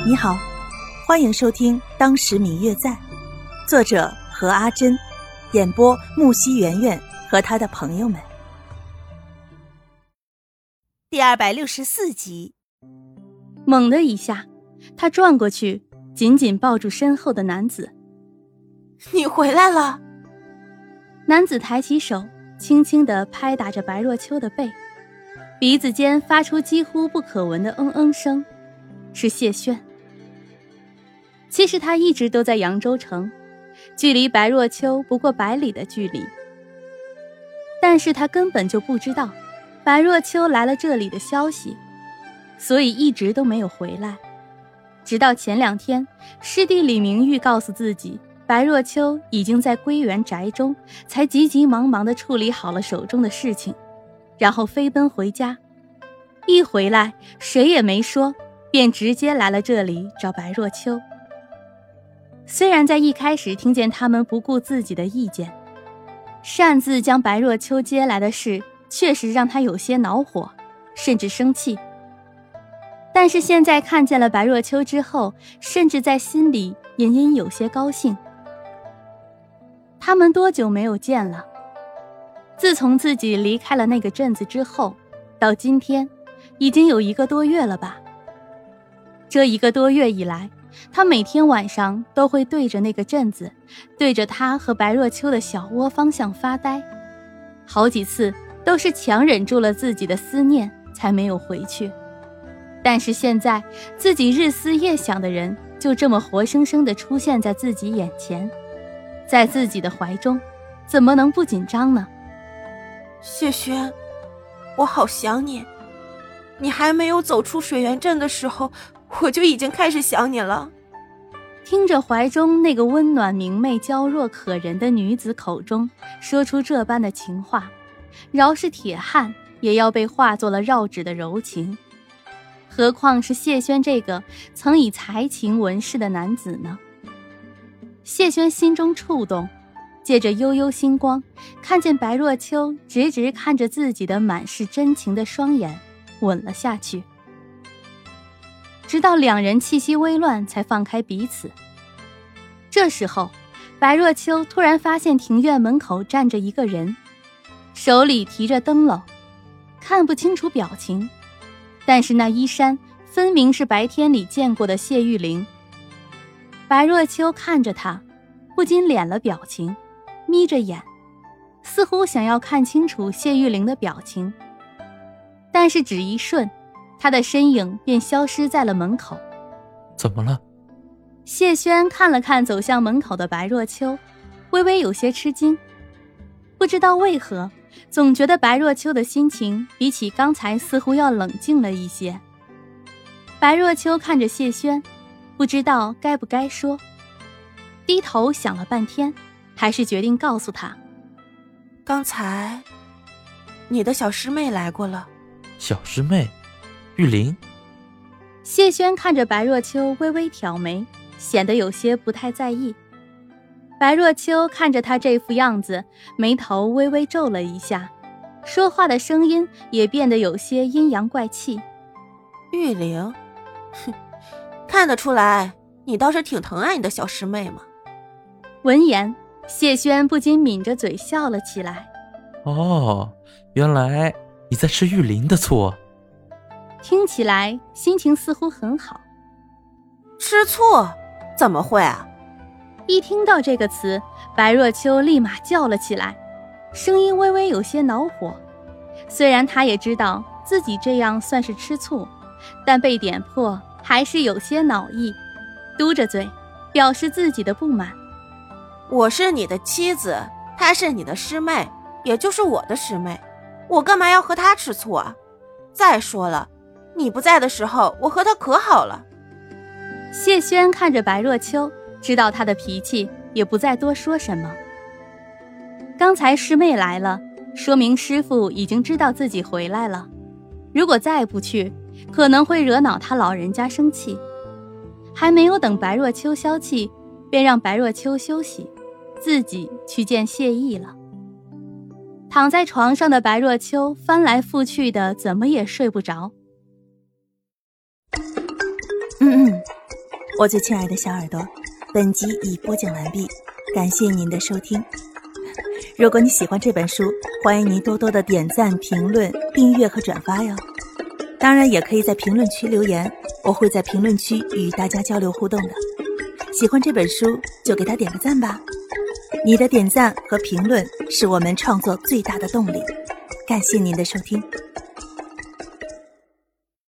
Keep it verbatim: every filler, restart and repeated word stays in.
你好，欢迎收听《当时明月在》，作者何阿珍，演播木西圆圆和他的朋友们。第二百六十四集。 猛的一下，他转过去，紧紧抱住身后的男子。 你回来了。 男子抬起手，轻轻地拍打着白若秋的背，鼻子间发出几乎不可闻的嗯嗯声，是谢轩。其实他一直都在扬州城，距离白若秋不过百里的距离，但是他根本就不知道白若秋来了这里的消息，所以一直都没有回来。直到前两天，师弟李明玉告诉自己白若秋已经在归园宅中，才急急忙忙地处理好了手中的事情，然后飞奔回家。一回来谁也没说，便直接来了这里找白若秋。虽然在一开始听见他们不顾自己的意见，擅自将白若秋接来的事确实让他有些恼火，甚至生气，但是现在看见了白若秋之后，甚至在心里隐隐有些高兴。他们多久没有见了？自从自己离开了那个镇子之后，到今天已经有一个多月了吧。这一个多月以来，他每天晚上都会对着那个镇子，对着他和白若秋的小窝方向发呆，好几次都是强忍住了自己的思念才没有回去。但是现在自己日思夜想的人就这么活生生地出现在自己眼前，在自己的怀中，怎么能不紧张呢？ 谢轩，我好想你。你还没有走出水源镇的时候，我就已经开始想你了。 听着怀中那个温暖明媚娇弱可人的女子口中说出这般的情话，饶是铁汉也要被化作了绕指的柔情，何况是谢轩这个曾以才情闻世的男子呢？谢轩心中触动，借着悠悠星光，看见白若秋直直看着自己的满是真情的双眼，吻了下去。直到两人气息微乱才放开彼此。这时候白若秋突然发现庭院门口站着一个人，手里提着灯笼，看不清楚表情，但是那衣衫分明是白天里见过的谢玉玲。白若秋看着他，不禁敛了表情，眯着眼，似乎想要看清楚谢玉玲的表情，但是只一瞬，他的身影便消失在了门口。 怎么了？ 谢轩看了看走向门口的白若秋，微微有些吃惊。不知道为何，总觉得白若秋的心情比起刚才似乎要冷静了一些。白若秋看着谢轩，不知道该不该说，低头想了半天，还是决定告诉他。 刚才你的小师妹来过了。 小师妹？玉玲？ 谢轩看着白若秋微微挑眉，显得有些不太在意。白若秋看着他这副样子，眉头微微皱了一下，说话的声音也变得有些阴阳怪气。 玉玲？哼，看得出来你倒是挺疼爱你的小师妹嘛。 闻言，谢轩不禁抿着嘴笑了起来。 哦，原来你在吃玉玲的醋。 听起来心情似乎很好。 吃醋？怎么会啊？ 一听到这个词，白若秋立马叫了起来，声音微微有些恼火。虽然他也知道自己这样算是吃醋，但被点破还是有些恼意，嘟着嘴表示自己的不满。 我是你的妻子，她是你的师妹，也就是我的师妹，我干嘛要和她吃醋啊？再说了，你不在的时候我和她可好了。 谢轩看着白若秋，知道她的脾气，也不再多说什么。刚才师妹来了，说明师父已经知道自己回来了，如果再不去，可能会惹恼他老人家生气。还没有等白若秋消气，便让白若秋休息，自己去见谢意了。躺在床上的白若秋翻来覆去的，怎么也睡不着。 嗯嗯， 我最亲爱的小耳朵，本集已播讲完毕，感谢您的收听。如果你喜欢这本书，欢迎您多多的点赞、评论、订阅和转发哟。当然也可以在评论区留言，我会在评论区与大家交流互动的。喜欢这本书就给它点个赞吧，你的点赞和评论是我们创作最大的动力。感谢您的收听。